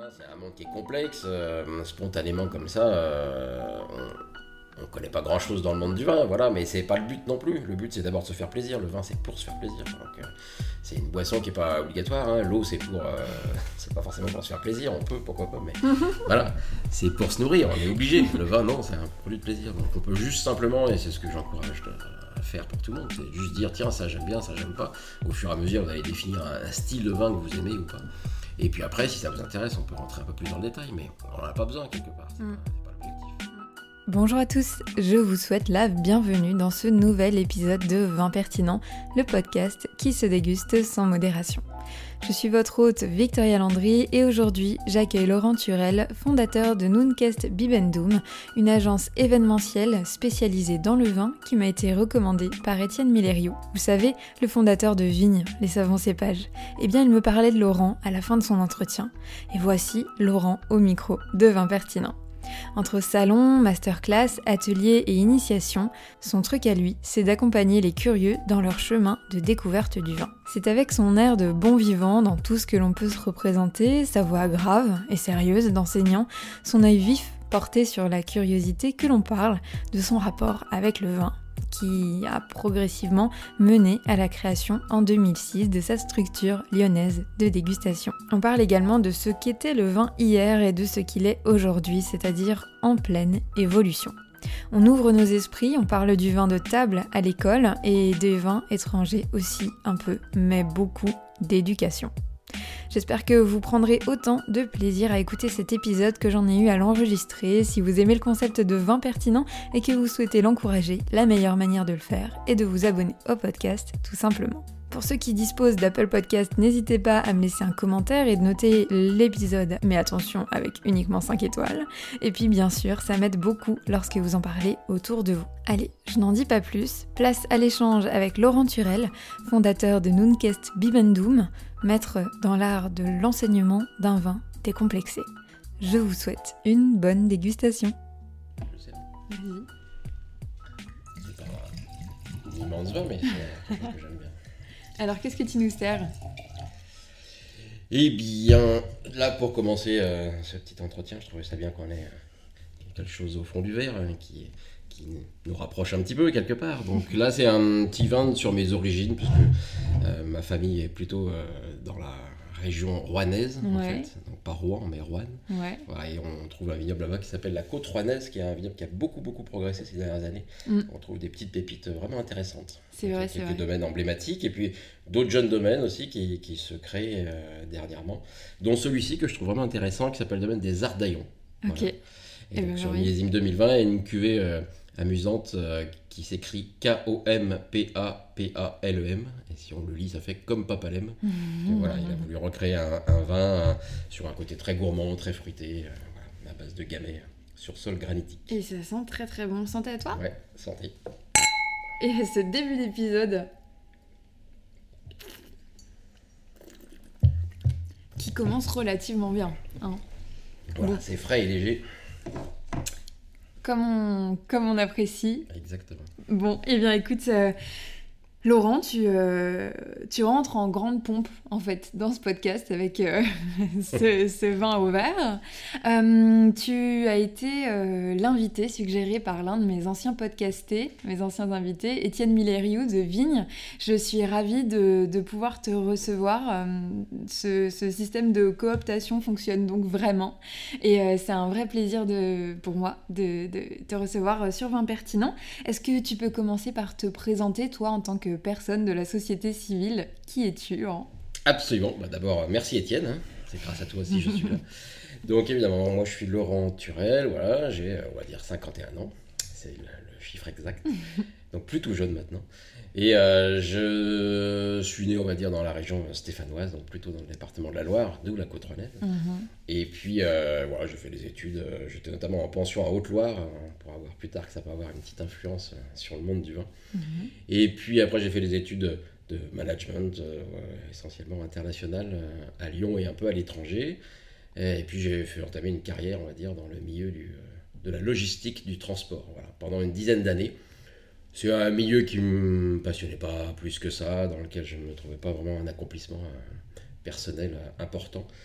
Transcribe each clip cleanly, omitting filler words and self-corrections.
C'est un monde qui est complexe, spontanément comme ça, on connaît pas grand chose dans le monde du vin, voilà, mais c'est pas le but non plus. Le but c'est d'abord de se faire plaisir, le vin c'est pour se faire plaisir. Donc, c'est une boisson qui est pas obligatoire, hein. L'eau c'est pour, c'est pas forcément pour se faire plaisir, on peut, pourquoi pas, mais voilà, c'est pour se nourrir, on est obligé. Le vin non, c'est un produit de plaisir, donc on peut juste simplement, et c'est ce que j'encourage à faire pour tout le monde, c'est juste dire tiens ça j'aime bien, ça j'aime pas. Au fur et à mesure vous allez définir un style de vin que vous aimez ou pas. Et puis après, si ça vous intéresse, on peut rentrer un peu plus dans le détail, mais on n'en a pas besoin quelque part, c'est pas l'objectif. Bonjour à tous, je vous souhaite la bienvenue dans ce nouvel épisode de Vin Pertinent, le podcast qui se déguste sans modération. Je suis votre hôte Victoria Landry et aujourd'hui j'accueille Laurent Turel, fondateur de Noonkest Bibendum, une agence événementielle spécialisée dans le vin qui m'a été recommandée par Étienne Milleriou. Vous savez, le fondateur de Vigne, les savants cépages. Eh bien il me parlait de Laurent à la fin de son entretien. Et voici Laurent au micro de Vin Pertinent. Entre salon, masterclass, ateliers et initiation, son truc à lui, c'est d'accompagner les curieux dans leur chemin de découverte du vin. C'est avec son air de bon vivant dans tout ce que l'on peut se représenter, sa voix grave et sérieuse d'enseignant, son œil vif porté sur la curiosité que l'on parle de son rapport avec le vin, qui a progressivement mené à la création en 2006 de sa structure lyonnaise de dégustation. On parle également de ce qu'était le vin hier et de ce qu'il est aujourd'hui, c'est-à-dire en pleine évolution. On ouvre nos esprits, on parle du vin de table à l'école et des vins étrangers aussi un peu, mais beaucoup d'éducation. J'espère que vous prendrez autant de plaisir à écouter cet épisode que j'en ai eu à l'enregistrer. Si vous aimez le concept de vin pertinent et que vous souhaitez l'encourager, la meilleure manière de le faire est de vous abonner au podcast, tout simplement. Pour ceux qui disposent d'Apple Podcast, n'hésitez pas à me laisser un commentaire et de noter l'épisode, mais attention, avec uniquement 5 étoiles. Et puis bien sûr, ça m'aide beaucoup lorsque vous en parlez autour de vous. Allez, je n'en dis pas plus, place à l'échange avec Laurent Turel, fondateur de Noonkest Bibendum, maître dans l'art de l'enseignement d'un vin décomplexé. Je vous souhaite une bonne dégustation. Je sais, Vas-y. c'est pas un immense vin, mais c'est quelque chose que j'aime bien. Alors, qu'est-ce que tu nous sers ? Eh bien, là pour commencer ce petit entretien, je trouvais ça bien qu'on ait quelque chose au fond du verre qui nous rapproche un petit peu quelque part. Donc là c'est un petit vin sur mes origines, puisque ma famille est plutôt dans la région rouennaise en Ouais. fait, donc pas Rouen mais Roanne. Ouais. Voilà, et on trouve un vignoble là-bas qui s'appelle la Côte Rouennaise, qui est un vignoble qui a beaucoup progressé ces dernières années. On trouve des petites pépites vraiment intéressantes. C'est Donc, vrai, il y a c'est quelques vrai. domaines emblématiques et puis d'autres jeunes domaines aussi qui se créent dernièrement, dont celui-ci que je trouve vraiment intéressant qui s'appelle le domaine des Ardaillons. Ok. Voilà. Et Eh donc ben, sur le merveilleux. millésime 2020, il y a une cuvée amusante qui s'écrit Kompapalem. Et si on le lit, ça fait comme Papalem. Et voilà, il a voulu recréer un vin sur un côté très gourmand, très fruité, voilà, à base de gamay sur sol granitique. Et ça sent très très bon. Santé à toi. Ouais, santé. Et ce début d'épisode qui commence relativement bien, hein. Voilà, Bon. c'est frais et léger. Comme on apprécie. Exactement. Bon, eh bien écoute, Laurent, tu rentres en grande pompe en fait dans ce podcast avec ce vin au verre. Tu as été l'invité suggéré par l'un de mes anciens podcastés, mes anciens invités, Étienne Milleriou de Vigne. Je suis ravie de pouvoir te recevoir. Ce système de cooptation fonctionne donc vraiment. Et c'est un vrai plaisir pour moi de te recevoir sur Vin Pertinent. Est-ce que tu peux commencer par te présenter, toi, en tant que personne de la société civile ? Qui es-tu, hein ? Absolument. Bah, d'abord, merci Étienne. Hein. C'est grâce à toi aussi je suis là. Donc évidemment, moi je suis Laurent Turel. Voilà, j'ai, on va dire, 51 ans. C'est le chiffre exact. Donc plus tout jeune maintenant. Et je suis né, on va dire, dans la région stéphanoise, donc plutôt dans le département de la Loire, d'où la Côte Rouennaise. Et puis, voilà, j'ai fait des études. J'étais notamment en pension à Haute-Loire. On pourra voir plus tard que ça peut avoir une petite influence sur le monde du vin. Et puis après, j'ai fait des études de management, essentiellement international, à Lyon et un peu à l'étranger. Et puis j'ai fait entamer une carrière, on va dire, dans le milieu de la logistique du transport, voilà, pendant une dizaine d'années. C'est un milieu qui ne me passionnait pas plus que ça, dans lequel je ne me trouvais pas vraiment un accomplissement personnel important.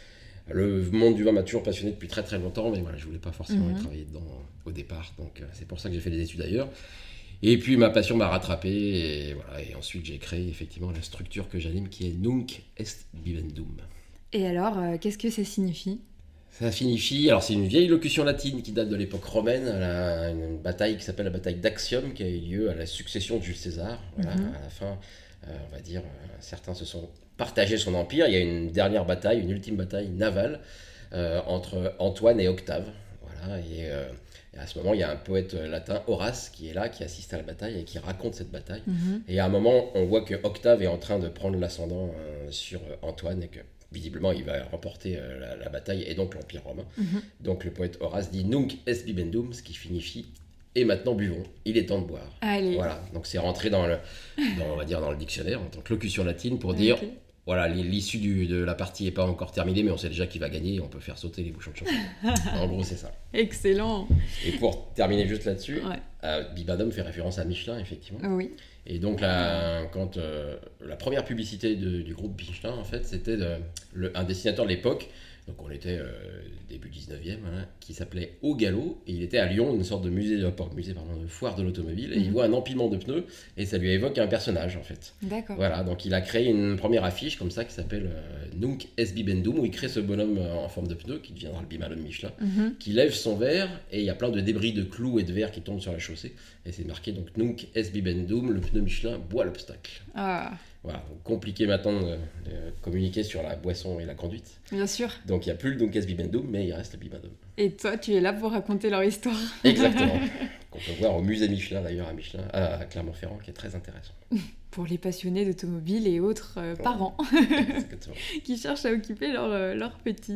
Le monde du vin m'a toujours passionné depuis très très longtemps, mais voilà, je voulais pas forcément y travailler dedans au départ, donc c'est pour ça que j'ai fait des études ailleurs. Et puis ma passion m'a rattrapé, et voilà, et ensuite j'ai créé effectivement la structure que j'anime qui est Nunc est bibendum. Et alors, qu'est-ce que ça signifie ? Ça signifie, alors c'est une vieille locution latine qui date de l'époque romaine, une bataille qui s'appelle la bataille d'Actium, qui a eu lieu à la succession de Jules César. Voilà, à la fin, on va dire, certains se sont partagés son empire. Il y a une dernière bataille, une ultime bataille navale entre Antoine et Octave. Voilà, et à ce moment, il y a un poète latin, Horace, qui est là, qui assiste à la bataille et qui raconte cette bataille. Et à un moment, on voit que Octave est en train de prendre l'ascendant sur Antoine et que visiblement, il va remporter la bataille et donc l'Empire romain. Donc le poète Horace dit Nunc est bibendum, ce qui signifie et maintenant buvons, il est temps de boire. Allez. Voilà, donc c'est rentré on va dire dans le dictionnaire en tant que locution latine pour dire voilà, l'issue de la partie n'est pas encore terminée, mais on sait déjà qui va gagner et on peut faire sauter les bouchons de champagne. En gros, c'est ça. Excellent. Et pour terminer juste là-dessus, bibendum fait référence à Michelin, effectivement. Oui. Et donc, quand la première publicité du groupe Michelin, en fait, c'était un dessinateur de l'époque, donc on était début 19e, hein, qui s'appelait Au Galop, et il était à Lyon, une sorte de de foire de l'automobile, et il voit un empilement de pneus, et ça lui évoque un personnage, en fait. D'accord. Voilà, donc il a créé une première affiche comme ça qui s'appelle Nunc est bibendum, où il crée ce bonhomme en forme de pneu, qui deviendra le bimalum Michelin, qui lève son verre, et il y a plein de débris de clous et de verre qui tombent sur la chaussée, et c'est marqué donc Nunc est bibendum, le pneu Michelin boit l'obstacle. Ah. Voilà, donc compliqué maintenant de communiquer sur la boisson et la conduite. Bien sûr. Donc il n'y a plus le Nunc est bibendum, mais il reste le bibendum. Et toi, tu es là pour raconter leur histoire. Exactement. Qu'on peut voir au musée Michelin d'ailleurs à Clermont-Ferrand, qui est très intéressant. Pour les passionnés d'automobile et autres parents qui cherchent à occuper leurs petits.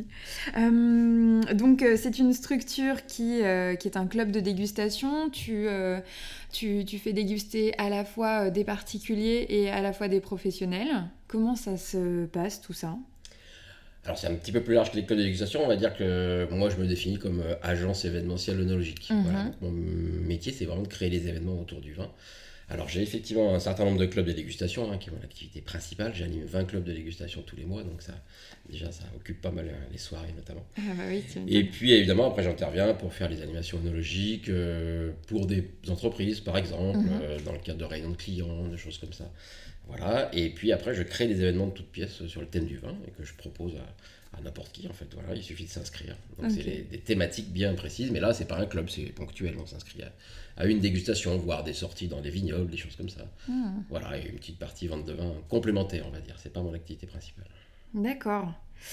Donc c'est une structure qui est un club de dégustation. Tu fais déguster à la fois des particuliers et à la fois des professionnels. Comment ça se passe tout ça ? Alors c'est un petit peu plus large que les clubs de dégustation, on va dire que moi je me définis comme agence événementielle œnologique. Voilà, donc mon métier c'est vraiment de créer des événements autour du vin. Alors j'ai effectivement un certain nombre de clubs de dégustation qui est mon activité principale. J'anime 20 clubs de dégustation tous les mois, donc ça occupe pas mal les soirées notamment. Ah bah oui, et puis évidemment après j'interviens pour faire les animations œnologiques pour des entreprises par exemple, dans le cadre de réunions de clients, des choses comme ça. Voilà, et puis après je crée des événements de toutes pièces sur le thème du vin et que je propose à n'importe qui en fait. Voilà, il suffit de s'inscrire. Donc c'est des thématiques bien précises, mais là c'est pas un club, c'est ponctuel, on s'inscrit à une dégustation, voire des sorties dans des vignobles, des choses comme ça. Voilà, et une petite partie vente de vin complémentaire, on va dire. C'est pas mon activité principale. D'accord.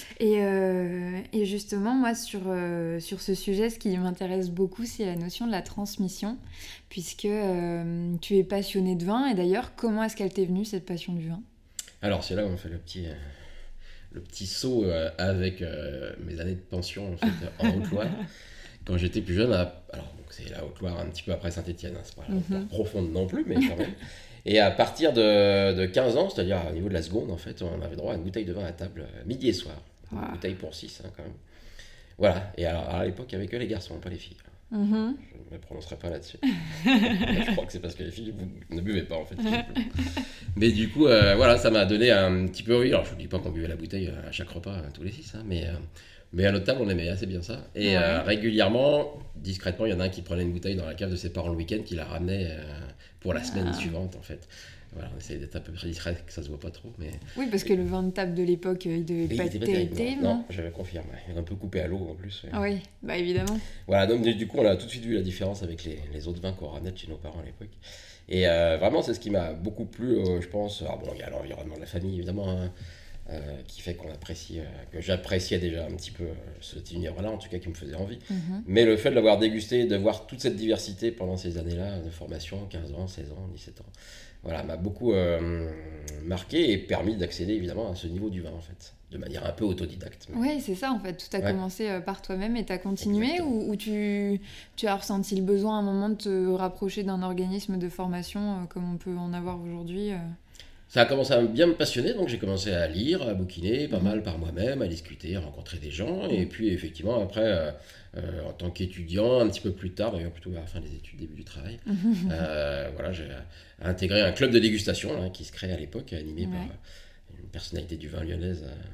Et justement, moi, sur ce sujet, ce qui m'intéresse beaucoup, c'est la notion de la transmission, puisque tu es passionné de vin. Et d'ailleurs, comment est-ce qu'elle t'est venue, cette passion du vin ? Alors, c'est là où on fait le petit saut avec mes années de pension en, fait, en Haute-Loire. Quand j'étais plus jeune, alors donc c'est la Haute-Loire un petit peu après Saint-Étienne, hein, c'est pas la Haute-Loire profonde non plus, mais quand même. Et à partir de 15 ans, c'est-à-dire au niveau de la seconde, en fait, on avait droit à une bouteille de vin à table midi et soir. Une bouteille pour 6, quand même. Voilà, et alors à l'époque, il n'y avait que les garçons, pas les filles. Je ne me prononcerai pas là-dessus. Je crois que c'est parce que les filles, vous ne buvez pas, en fait. Mais du coup, voilà, ça m'a donné un petit peu envie. Alors, je ne vous dis pas qu'on buvait la bouteille à chaque repas, tous les 6, hein, mais à notre table, on aimait assez bien ça. Et régulièrement, discrètement, il y en a un qui prenait une bouteille dans la cave de ses parents le week-end, qui la ramenait pour la semaine suivante, en fait. Voilà, on essayait d'être un peu plus discret, que ça se voit pas trop. Mais... Oui, parce que le vin de table de l'époque, il devait pas être terrible. Non, je confirme. Il est un peu coupé à l'eau en plus. Ah oui, bah évidemment. Voilà, donc du coup, on a tout de suite vu la différence avec les autres vins qu'on ramenait de chez nos parents à l'époque. Et vraiment, c'est ce qui m'a beaucoup plu, je pense. Alors bon, il y a l'environnement de la famille, évidemment, hein, qui fait que j'appréciais déjà un petit peu cet univers-là, en tout cas qui me faisait envie. Mais le fait de l'avoir dégusté, de voir toute cette diversité pendant ces années-là de formation, 15 ans, 16 ans, 17 ans, voilà, m'a beaucoup marqué et permis d'accéder évidemment à ce niveau du vin, en fait, de manière un peu autodidacte. Oui, c'est ça, en fait. Tout a commencé par toi-même et tu as continué, ou tu as ressenti le besoin à un moment de te rapprocher d'un organisme de formation comme on peut en avoir aujourd'hui Ça a commencé à bien me passionner, donc j'ai commencé à lire, à bouquiner pas mal par moi-même, à discuter, à rencontrer des gens. Et puis effectivement, après, en tant qu'étudiant, un petit peu plus tard, d'ailleurs plutôt à la fin des études, début du travail, voilà, j'ai intégré un club de dégustation qui se crée à l'époque, animé par une personnalité du vin lyonnaise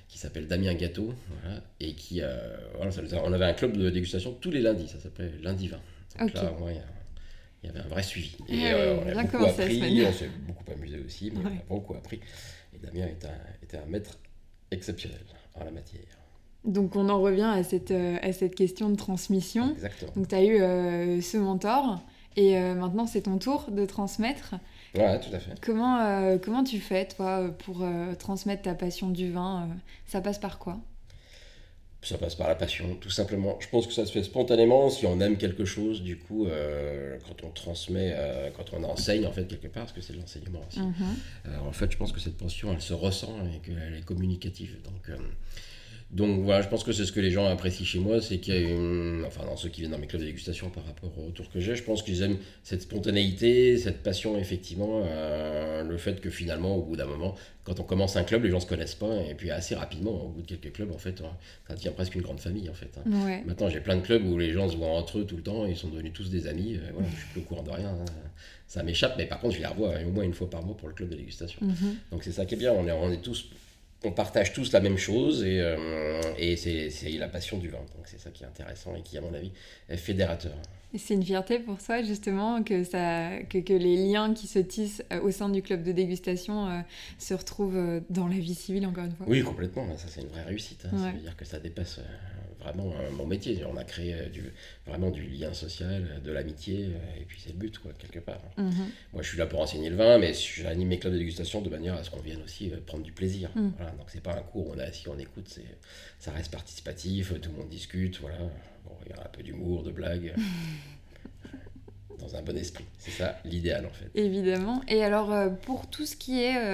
qui s'appelle Damien Gâteau, voilà, et qui, voilà, on avait un club de dégustation tous les lundis, ça s'appelait Lundi Vin. Donc là, au moins, il y avait un vrai suivi. Et on a beaucoup appris, on s'est beaucoup amusé aussi, mais on a beaucoup appris. Et Damien était un maître exceptionnel en la matière. Donc on en revient à cette question de transmission. Exactement. Donc tu as eu ce mentor, et maintenant c'est ton tour de transmettre. Ouais, tout à fait. Comment tu fais, toi, pour transmettre ta passion du vin ça passe par quoi ? Ça passe par la passion, tout simplement. Je pense que ça se fait spontanément si on aime quelque chose. Du coup, quand on transmet, quand on enseigne, en fait, quelque part, parce que c'est de l'enseignement aussi. En fait, je pense que cette passion, elle se ressent et qu'elle est communicative. Donc voilà, je pense que c'est ce que les gens apprécient chez moi, c'est qu'il y a enfin dans ceux qui viennent dans mes clubs de dégustation par rapport au retour que j'ai, je pense qu'ils aiment cette spontanéité, cette passion effectivement, le fait que finalement au bout d'un moment, quand on commence un club, les gens se connaissent pas et puis assez rapidement, au bout de quelques clubs en fait, ça devient presque une grande famille en fait. Ouais. Maintenant j'ai plein de clubs où les gens se voient entre eux tout le temps, ils sont devenus tous des amis, voilà, je suis plus au courant de rien, ça m'échappe, mais par contre je les revois au moins une fois par mois pour le club de dégustation. Donc c'est ça qui est bien, on est tous... On partage tous la même chose et c'est la passion du vin. Donc c'est ça qui est intéressant et qui, à mon avis, est fédérateur. Et c'est une fierté pour toi, justement, que les liens qui se tissent au sein du club de dégustation se retrouvent dans la vie civile, encore une fois. Oui, complètement. Ça, c'est une vraie réussite. Ouais. Ça veut dire que ça dépasse vraiment mon métier. On a créé vraiment du lien social, de l'amitié, et puis c'est le but, quoi, quelque part. Moi, je suis là pour enseigner le vin, mais j'anime mes clubs de dégustation de manière à ce qu'on vienne aussi prendre du plaisir. Voilà, donc c'est pas un cours où on est assis, on écoute, ça reste participatif, tout le monde discute, voilà. Bon, il y a un peu d'humour, de blagues, dans un bon esprit. C'est ça l'idéal, en fait. Évidemment. Et alors, pour tout ce qui est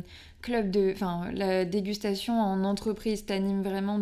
la dégustation en entreprise, t'animes vraiment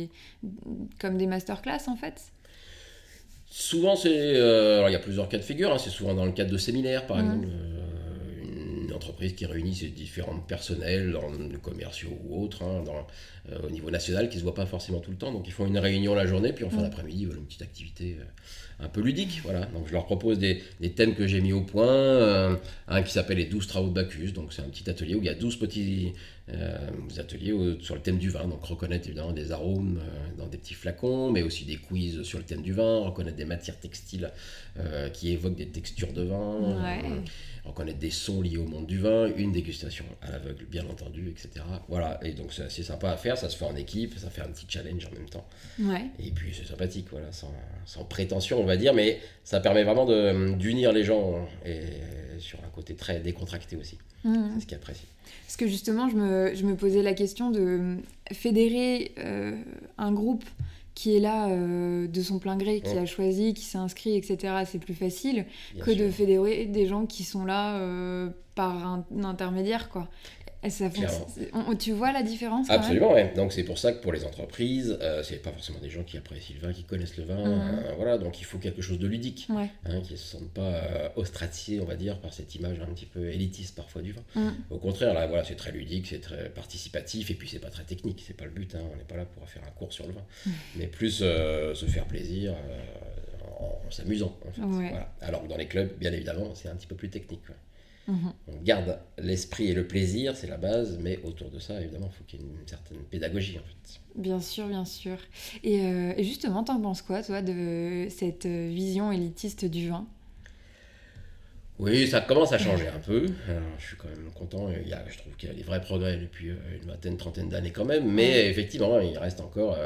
comme des masterclass, en fait ? Souvent, alors il y a plusieurs cas de figure, hein. C'est souvent dans le cadre de séminaires, par exemple. Une entreprise qui réunit ses différents personnels, commerciaux ou autres, hein, au niveau national, qui ne se voient pas forcément tout le temps. Donc ils font une réunion la journée, puis en fin d'après-midi, une petite activité un peu ludique. Voilà. Donc je leur propose des thèmes que j'ai mis au point, un qui s'appelle les 12 travaux de Bacchus. Donc c'est un petit atelier où il y a 12 petits ateliers sur le thème du vin. Donc reconnaître évidemment des arômes dans des petits flacons, mais aussi des quiz sur le thème du vin, reconnaître des matières textiles qui évoquent des textures de vin. Reconnaître des sons liés au monde du vin, une dégustation à l'aveugle, bien entendu, etc. Voilà, et donc c'est assez sympa à faire, ça se fait en équipe, ça fait un petit challenge en même temps. Ouais. Et puis c'est sympathique, voilà, sans prétention, on va dire, mais ça permet vraiment d'unir les gens et sur un côté très décontracté aussi. C'est ce qu'ils apprécient. Parce que justement, je me posais la question de fédérer un groupe qui est là de son plein gré, qui a choisi, qui s'est inscrit, etc. C'est plus facile que de fédérer des gens qui sont là par un intermédiaire, quoi. Et tu vois la différence ? Absolument, ouais. Donc c'est pour ça que pour les entreprises, c'est pas forcément des gens qui apprécient le vin, qui connaissent le vin. Voilà, donc il faut quelque chose de ludique, qui ne se sentent pas ostracisés, on va dire, par cette image un petit peu élitiste parfois du vin. Au contraire, là, voilà, c'est très ludique, c'est très participatif, et puis c'est pas très technique, c'est pas le but. On n'est pas là pour faire un cours sur le vin, mais plus se faire plaisir en s'amusant. En fait. Voilà. Alors que dans les clubs, bien évidemment, c'est un petit peu plus technique. Quoi. On garde l'esprit et le plaisir, c'est la base, mais autour de ça, évidemment, il faut qu'il y ait une certaine pédagogie, en fait. Bien sûr, bien sûr. Et justement, t'en penses quoi, toi, de cette vision élitiste du vin ? Oui, ça commence à changer un peu. Alors, je suis quand même content. Je trouve qu'il y a des vrais progrès depuis une vingtaine, trentaine d'années quand même, mais effectivement, il reste encore,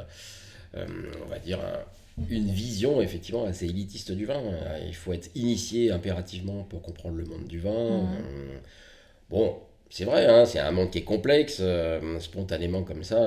on va dire... une vision effectivement assez élitiste du vin. Il faut être initié impérativement pour comprendre le monde du vin. Bon, c'est vrai, hein, c'est un monde qui est complexe. Spontanément comme ça,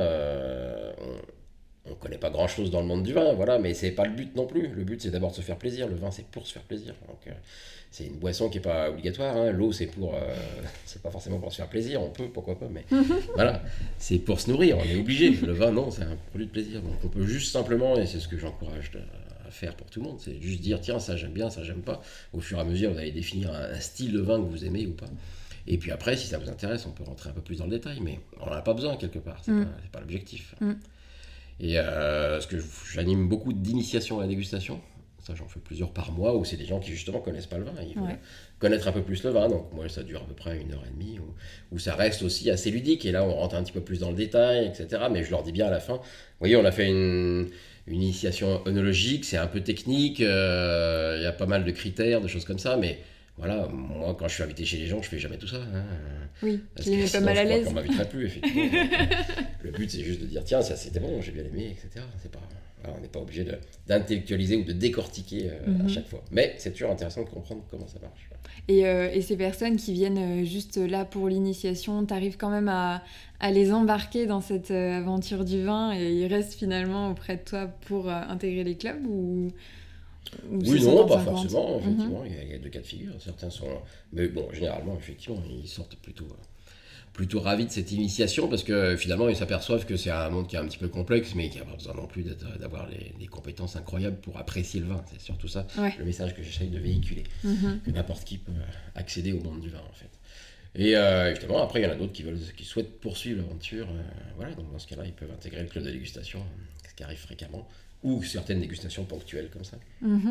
on ne connaît pas grand-chose dans le monde du vin, voilà, mais c'est pas le but non plus. Le but, c'est d'abord de se faire plaisir. Le vin, c'est pour se faire plaisir. Donc, c'est une boisson qui n'est pas obligatoire. Hein. L'eau, c'est pas forcément pour se faire plaisir. On peut, pourquoi pas, mais voilà, c'est pour se nourrir. On est obligé. Le vin, non, c'est un produit de plaisir. Donc, on peut juste simplement, et c'est ce que j'encourage à faire pour tout le monde, c'est juste dire, tiens, ça j'aime bien, ça j'aime pas. Au fur et à mesure, vous allez définir un style de vin que vous aimez ou pas. Et puis après, si ça vous intéresse, on peut rentrer un peu plus dans le détail, mais on n'en a pas besoin quelque part. C'est pas l'objectif. Et ce que j'anime beaucoup d'initiation à la dégustation. Ça, j'en fais plusieurs par mois, où c'est des gens qui justement connaissent pas le vin. Ils veulent connaître un peu plus le vin. Donc moi, ça dure à peu près 1h30, où ça reste aussi assez ludique. Et là, on rentre un petit peu plus dans le détail, etc. Mais je leur dis bien à la fin, vous voyez, on a fait une initiation œnologique, c'est un peu technique, il y a pas mal de critères, de choses comme ça, mais voilà, moi, quand je suis invité chez les gens, je fais jamais tout ça. Oui, parce qui que n'est pas sinon, mal à je crois l'aise. qu'on m'inviterait plus, effectivement. Le but, c'est juste de dire, tiens, ça c'était bon, j'ai bien aimé, etc. C'est pas... Voilà, on n'est pas obligé d'intellectualiser ou de décortiquer à chaque fois. Mais c'est toujours intéressant de comprendre comment ça marche. Et ces personnes qui viennent juste là pour l'initiation, t'arrives quand même à les embarquer dans cette aventure du vin et ils restent finalement auprès de toi pour intégrer les clubs ou oui, non, pas forcément, effectivement. Il y a deux cas de figure. Certains sont... Mais bon, généralement, effectivement, ils sortent plutôt ravis de cette initiation parce que finalement ils s'aperçoivent que c'est un monde qui est un petit peu complexe mais qui n'a pas besoin non plus d'avoir des compétences incroyables pour apprécier le vin. C'est surtout ça le message que j'essaye de véhiculer, que n'importe qui peut accéder au monde du vin en fait. Et évidemment après il y en a d'autres qui souhaitent poursuivre l'aventure, voilà, donc dans ce cas-là ils peuvent intégrer le club de dégustation, ce qui arrive fréquemment, ou certaines dégustations ponctuelles comme ça.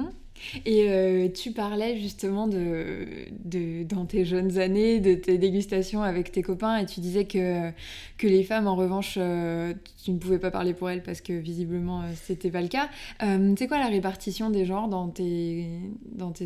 Et tu parlais justement dans tes jeunes années, de tes dégustations avec tes copains, et tu disais que les femmes, en revanche, tu ne pouvais pas parler pour elles parce que visiblement, c'était pas le cas. C'est quoi la répartition des genres dans tes activités ?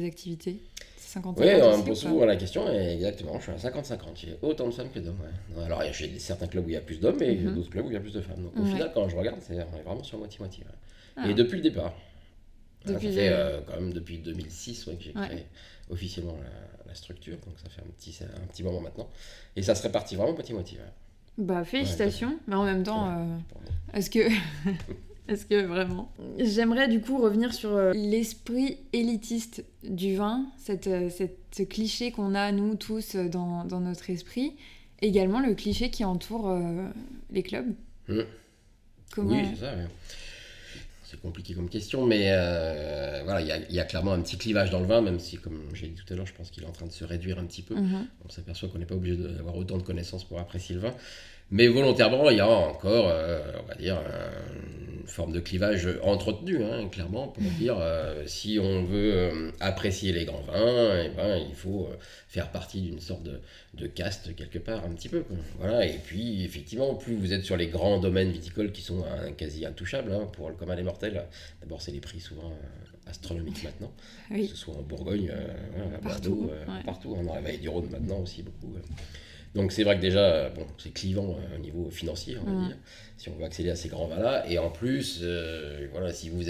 C'est 50-50 Oui, on me aussi, pose ou pas ? souvent la question, et exactement, je suis à 50-50, j'ai autant de femmes que d'hommes. Ouais. Alors, j'ai certains clubs où il y a plus d'hommes, et d'autres clubs où il y a plus de femmes. Donc, au final, quand je regarde, on est vraiment sur moitié-moitié. Ouais. Et depuis le départ. Ça fait quand même depuis 2006 que j'ai créé officiellement la structure, donc ça fait un petit moment maintenant. Et ça se répartit vraiment moitié-moitié. Ouais. Bah, félicitations, mais en même temps, est-ce que vraiment... J'aimerais du coup revenir sur l'esprit élitiste du vin, ce cliché qu'on a nous tous dans notre esprit, également le cliché qui entoure les clubs. Comment... Oui, c'est ça, ouais. C'est compliqué comme question, mais voilà, il y a clairement un petit clivage dans le vin, même si, comme j'ai dit tout à l'heure, je pense qu'il est en train de se réduire un petit peu. On s'aperçoit qu'on n'est pas obligé d'avoir autant de connaissances pour apprécier le vin. Mais volontairement, il y a encore, on va dire, une forme de clivage entretenu, clairement, pour dire si on veut apprécier les grands vins, eh ben, il faut faire partie d'une sorte de caste quelque part, un petit peu. Quoi. Voilà. Et puis, effectivement, plus vous êtes sur les grands domaines viticoles qui sont quasi intouchables pour le commun des mortels, d'abord, c'est les prix souvent astronomiques maintenant, que ce soit en Bourgogne, à Bordeaux, partout, dans la vallée du Rhône maintenant aussi beaucoup. Donc c'est vrai que déjà, c'est clivant au niveau financier, on va dire, si on veut accéder à ces grands vins-là. Et en plus, voilà, si vous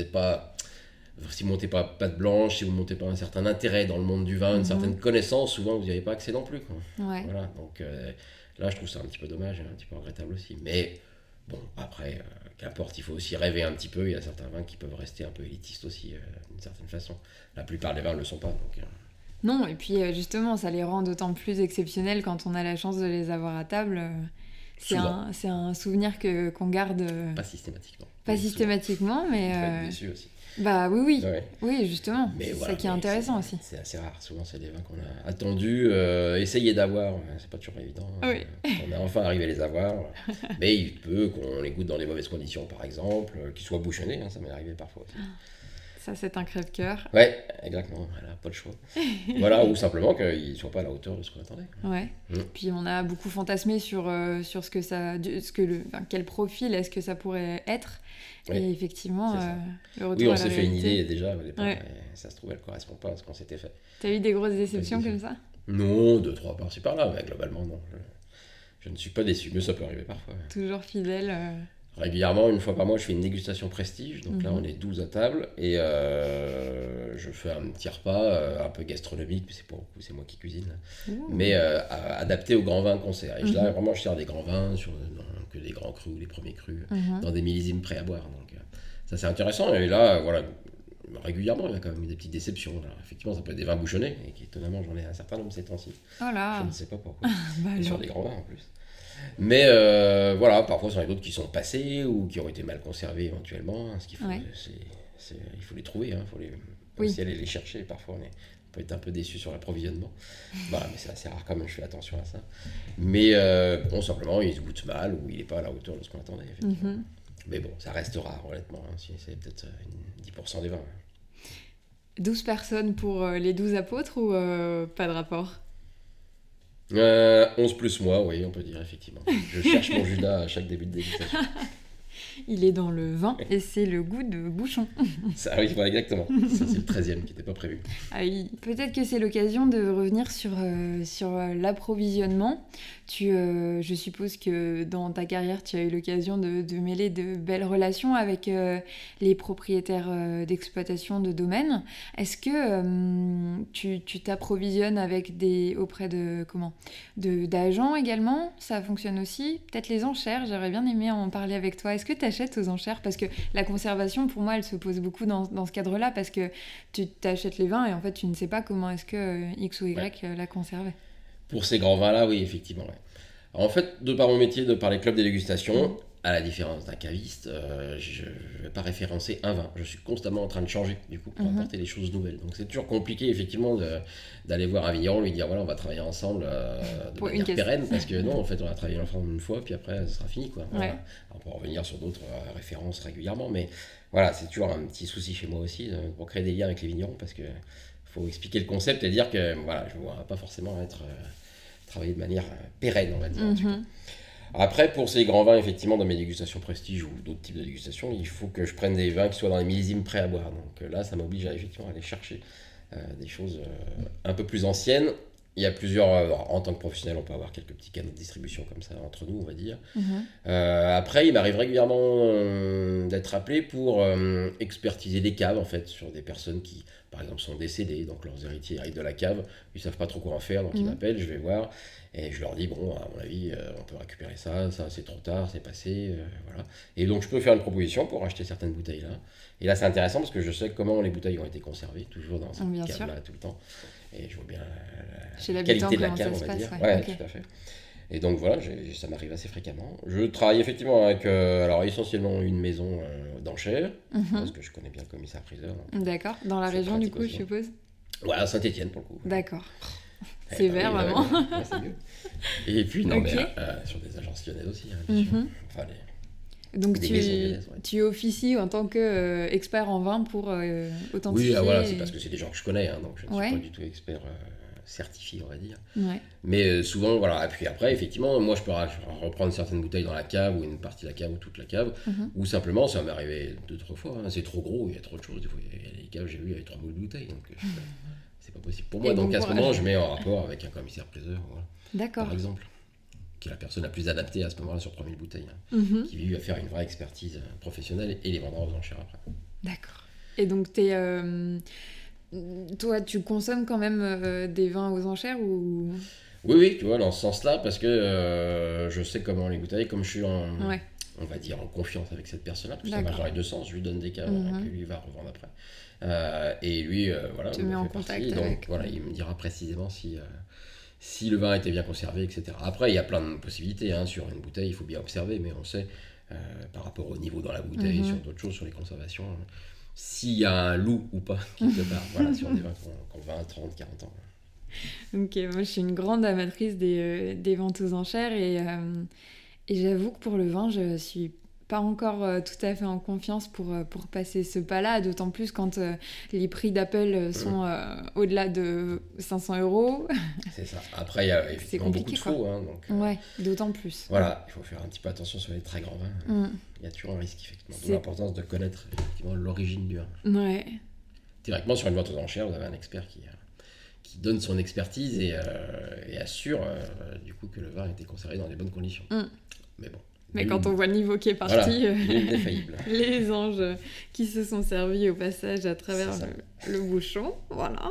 ne montez pas patte blanche, si vous ne montez pas un certain intérêt dans le monde du vin, une certaine connaissance, souvent vous n'y avez pas accès non plus. Quoi. Voilà, donc là, je trouve ça un petit peu dommage, un petit peu regrettable aussi. Mais bon, après, qu'importe, il faut aussi rêver un petit peu. Il y a certains vins qui peuvent rester un peu élitistes aussi, d'une certaine façon. La plupart des vins ne le sont pas, donc... Non, et puis justement, ça les rend d'autant plus exceptionnels quand on a la chance de les avoir à table. C'est un souvenir qu'on garde... Pas systématiquement. Pas systématiquement, mais... On peut être déçu aussi. Bah oui. Ouais. Oui, justement. Mais c'est voilà, ça qui est intéressant aussi. C'est assez rare. Souvent, c'est des vins qu'on a attendus, essayé d'avoir. C'est pas toujours évident. Oui. On est enfin arrivé à les avoir. Mais il peut qu'on les goûte dans des mauvaises conditions, par exemple, qu'ils soient bouchonnés. Ça m'est arrivé parfois aussi. Ça, c'est un crève-cœur. Ouais, exactement. Voilà, pas le choix. Voilà, ou simplement qu'ils ne soient pas à la hauteur de ce qu'on attendait. Ouais. Puis on a beaucoup fantasmé sur ce que ça, quel profil est-ce que ça pourrait être. Et effectivement, le retour oui, on à la s'est fait une réalité. idée déjà au départ. Et ça se trouve, elle ne correspond pas à ce qu'on s'était fait. T'as eu des grosses déceptions comme ça ? Non, 2-3 par-ci par-là, mais globalement, non. Je ne suis pas déçu, mais ça peut arriver parfois. Toujours fidèle. Régulièrement, une fois par mois, je fais une dégustation prestige. Donc là, on est 12 à table. Et je fais un petit repas un peu gastronomique. C'est moi qui cuisine. Mais adapté aux grands vins concert. Et là, vraiment, je sers des grands vins, que des grands crus ou des premiers crus, dans des millésimes prêts à boire. Donc ça, c'est intéressant. Et là, voilà, régulièrement, il y a quand même des petites déceptions. Alors, effectivement, ça peut être des vins bouchonnés. Et étonnamment, j'en ai un certain nombre ces temps-ci. Oh là. Je ne sais pas pourquoi. Et sur des grands vins en plus. Mais voilà, parfois, il y en a d'autres qui sont passés ou qui ont été mal conservés éventuellement. Ce qu'il faut, il faut les trouver, il faut aussi aller les chercher. Parfois, on peut être un peu déçu sur l'approvisionnement. Voilà, mais c'est assez rare quand même, je fais attention à ça. Mais bon, simplement, il se goûte mal ou il n'est pas à la hauteur de ce qu'on attendait, effectivement. Mais bon, ça reste rare, honnêtement. C'est peut-être 10% des vins. 12 personnes pour les 12 apôtres ou pas de rapport? 11 plus moi, oui, on peut dire, effectivement. Je cherche mon Judas à chaque début de dégustation. Il est dans le vin et c'est le goût de bouchon. Ça arrive, voilà, exactement. Ça, c'est le 13e qui n'était pas prévu. Ah oui. Peut-être que c'est l'occasion de revenir sur l'approvisionnement. Je suppose que dans ta carrière, tu as eu l'occasion de mêler de belles relations avec les propriétaires d'exploitation de domaines. Est-ce que tu t'approvisionnes auprès d'agents également? Ça fonctionne aussi? Peut-être les enchères, j'aurais bien aimé en parler avec toi. Est-ce que tu achètes aux enchères? Parce que la conservation, pour moi, elle se pose beaucoup dans ce cadre-là, parce que tu t'achètes les vins et en fait, tu ne sais pas comment est-ce que X ou Y l'a conservé. Pour ces grands vins-là, oui, effectivement. Ouais. Alors, en fait, de par mon métier, de par les clubs de dégustation, à la différence d'un caviste, je ne vais pas référencer un vin. Je suis constamment en train de changer, du coup, pour apporter des choses nouvelles. Donc, c'est toujours compliqué, effectivement, d'aller voir un vigneron, lui dire, voilà, on va travailler ensemble de manière pérenne, parce que non, en fait, on va travailler ensemble une fois, puis après, ça sera fini, quoi. Voilà. Ouais. On peut revenir sur d'autres références régulièrement, mais voilà, c'est toujours un petit souci chez moi aussi, pour créer des liens avec les vignerons, parce que faut expliquer le concept et dire que, voilà, je ne vois pas forcément travailler de manière pérenne, on va dire. En tout cas. Après, pour ces grands vins, effectivement, dans mes dégustations prestige ou d'autres types de dégustations, il faut que je prenne des vins qui soient dans les millésimes prêts à boire. Donc là, ça m'oblige à effectivement aller chercher des choses un peu plus anciennes. Il y a plusieurs, en tant que professionnel, on peut avoir quelques petits canaux de distribution comme ça entre nous, on va dire. Après, il m'arrive régulièrement d'être appelé pour expertiser des caves, en fait, sur des personnes qui, par exemple, sont décédées, donc leurs héritiers arrivent de la cave, ils ne savent pas trop quoi en faire, donc ils m'appellent, je vais voir, et je leur dis, bon, à mon avis, on peut récupérer ça c'est trop tard, c'est passé, voilà. Et donc, je peux faire une proposition pour acheter certaines bouteilles là. Et là, c'est intéressant parce que je sais comment les bouteilles ont été conservées, toujours dans cette cave-là, tout le temps. Et je vois bien la qualité de la cave, on va dire. Ouais, okay. Tout à fait. Et donc voilà, ça m'arrive assez fréquemment. Je travaille effectivement avec, alors essentiellement une maison d'enchères, parce que je connais bien le commissaire-priseur. D'accord, dans la région du coup, aussi. Je suppose. Ouais, à Saint-Étienne pour le coup. D'accord. C'est vert, vraiment. Ouais, c'est mieux. Et puis, non, mais sur des agences lyonnaises aussi, hein, bien sûr. Enfin, donc tu officies en tant qu'expert en vin pour authentifier. Oui, voilà, c'est parce que c'est des gens que je connais, hein, donc je ne suis pas du tout expert certifié, on va dire. Ouais. Mais souvent, voilà, et puis après, effectivement, moi je peux reprendre certaines bouteilles dans la cave, ou une partie de la cave, ou toute la cave, ou simplement, ça m'est arrivé 2-3 fois, hein, c'est trop gros, il y a trop de choses, des fois, il y a des caves, j'ai vu, il y avait 3 boules de bouteilles, donc c'est pas possible pour moi. Donc à ce moment, je mets en rapport avec un commissaire-priseur, voilà, d'accord, par exemple, qui est la personne la plus adaptée à ce moment-là sur 3000 bouteilles, hein, qui lui va faire une vraie expertise professionnelle et les vendra aux enchères après. D'accord. Et donc toi, tu consommes quand même des vins aux enchères ou... Oui, tu vois, dans ce sens-là, parce que je sais comment les bouteilles, comme je suis on va dire, en confiance avec cette personne-là, parce que ça marche dans les deux sens, je lui donne des caves que lui va revendre après. Et lui, voilà, te met en contact avec. Donc, voilà, il me dira précisément si le vin était bien conservé, etc. Après, il y a plein de possibilités, hein, sur une bouteille, il faut bien observer, mais on sait, par rapport au niveau dans la bouteille, sur d'autres choses, sur les conservations... s'il y a un loup ou pas quelque part, voilà, sur des vins qui ont 20, 30, 40 ans. Ok, moi je suis une grande amatrice des ventes aux enchères et j'avoue que pour le vin, je suis pas encore tout à fait en confiance pour passer ce pas-là, d'autant plus quand les prix d'appel sont au-delà de 500 €. C'est ça. Après, il y a effectivement beaucoup de faux. Hein, donc, ouais, d'autant plus. Voilà, il faut faire un petit peu attention sur les très grands vins. Il y a toujours un risque, effectivement. D'où l'importance de connaître effectivement l'origine du vin. Ouais. Directement, sur une vente aux enchères, vous avez un expert qui donne son expertise et assure du coup que le vin a été conservé dans les bonnes conditions. Mais bon. Mais quand on voit le niveau qui est parti, voilà, les anges qui se sont servis au passage à travers le bouchon, voilà.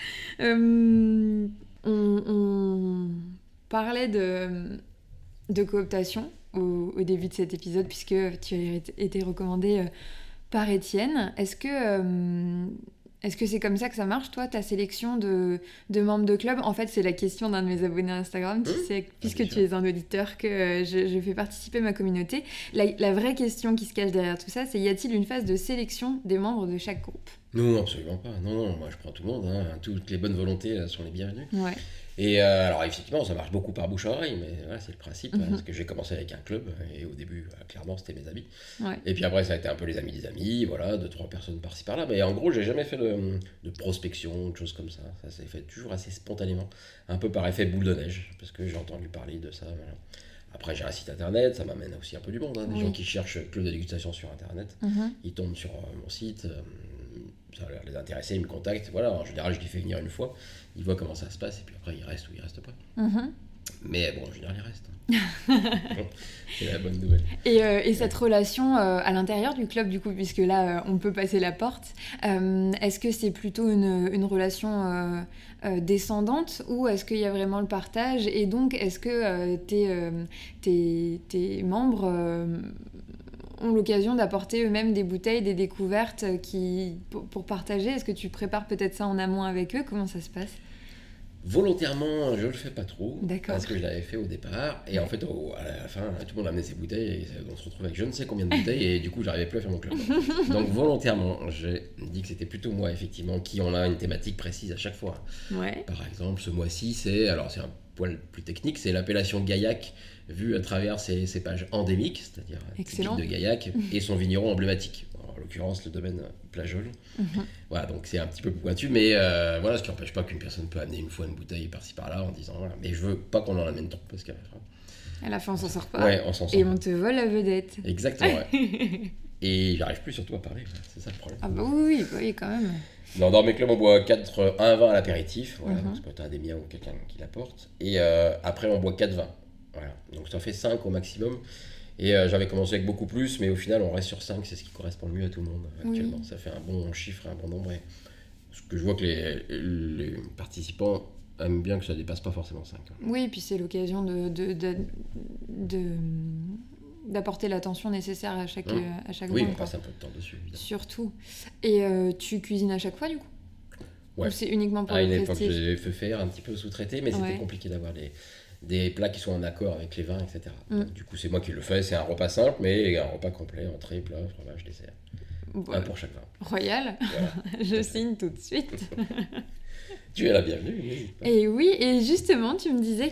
On parlait de cooptation au début de cet épisode, puisque tu as été recommandé par Étienne. Est-ce que c'est comme ça que ça marche, toi, ta sélection de membres de club? En fait, c'est la question d'un de mes abonnés Instagram, puisque tu es un auditeur, que je fais participer ma communauté. La vraie question qui se cache derrière tout ça, c'est: y a-t-il une phase de sélection des membres de chaque groupe? Non, absolument pas. Non, moi je prends tout le monde. Hein. Toutes les bonnes volontés sont les bienvenues. Ouais. Et alors effectivement, ça marche beaucoup par bouche à oreille, mais voilà, c'est le principe, Mhm. parce que j'ai commencé avec un club, et au début, clairement, c'était mes amis. Ouais. Et puis après, ça a été un peu les amis des amis, voilà, 2-3 personnes par-ci par-là. Mais en gros, j'ai jamais fait de prospection, de choses comme ça. Ça s'est fait toujours assez spontanément, un peu par effet boule de neige, parce que j'ai entendu parler de ça. Voilà. Après, j'ai un site internet, ça m'amène aussi un peu du monde, hein, des Oui. gens qui cherchent club de dégustation sur internet. Mhm. Ils tombent sur mon site, ça a l'air de les intéresser, ils me contactent. Voilà, en général, je les fais venir une fois, ils voient comment ça se passe, et puis après, ils restent ou ils restent pas. Mhm. Mais bon, en général, ils restent. Bon, c'est la bonne nouvelle. Et cette relation à l'intérieur du club, du coup, puisque là, on peut passer la porte, est-ce que c'est plutôt une relation descendante ou est-ce qu'il y a vraiment le partage? Et donc, est-ce que tes membres ont l'occasion d'apporter eux-mêmes des bouteilles, des découvertes pour partager? Est-ce que tu prépares peut-être ça en amont avec eux? Comment ça se passe? Volontairement, je le fais pas trop, D'accord. parce que je l'avais fait au départ, et en fait, à la fin, tout le monde amenait ses bouteilles, et on se retrouve avec je ne sais combien de bouteilles, et du coup, j'arrivais plus à faire mon club. Donc, volontairement, j'ai dit que c'était plutôt moi, effectivement, qui en a une thématique précise à chaque fois. Ouais. Par exemple, ce mois-ci, c'est un poil plus technique, c'est l'appellation Gaillac, vue à travers ses cépages endémiques, c'est-à-dire Excellent. typiques de Gaillac, et son vigneron emblématique. En l'occurrence, le domaine Plageol. Mhm. Voilà, donc c'est un petit peu pointu, mais voilà, ce qui n'empêche pas qu'une personne peut amener une fois une bouteille par-ci par-là en disant voilà, mais je veux pas qu'on en amène trop parce qu'à la fin. À la fin, on s'en sort pas. Ouais, on s'en sort. Et on te vole la vedette. Exactement, ouais. Et j'arrive plus surtout à parler, c'est ça le problème. Ah bah oui, quand même. Dans mes clubs, on boit un vin à l'apéritif, voilà, donc ça peut être un des miens ou quelqu'un qui l'apporte. Et après, on boit 4 vins. Voilà. Donc ça fait 5 au maximum. Et j'avais commencé avec beaucoup plus, mais au final, on reste sur 5, c'est ce qui correspond le mieux à tout le monde actuellement. Oui. Ça fait un bon chiffre, un bon nombre. Et ce que je vois que les participants aiment bien que ça dépasse pas forcément 5. Oui, et puis c'est l'occasion d'apporter l'attention nécessaire à chaque Oui, vin, on quoi. passe un peu de temps dessus, évidemment. Surtout. Et tu cuisines à chaque fois, du coup? Ouais. Ou c'est uniquement pour À le une époque, prestige? j'ai fait faire un petit peu sous-traité, mais c'était Ouais. compliqué d'avoir des plats qui soient en accord avec les vins, etc. Mm. Donc, du coup, c'est moi qui le fais. C'est un repas simple, mais un repas complet, entrée, plat, fromage, dessert. Bon, Un pour chaque vin. royal, Voilà. je signe tout de suite. Tu es la bienvenue, n'hésite pas. Et oui, et justement, tu me disais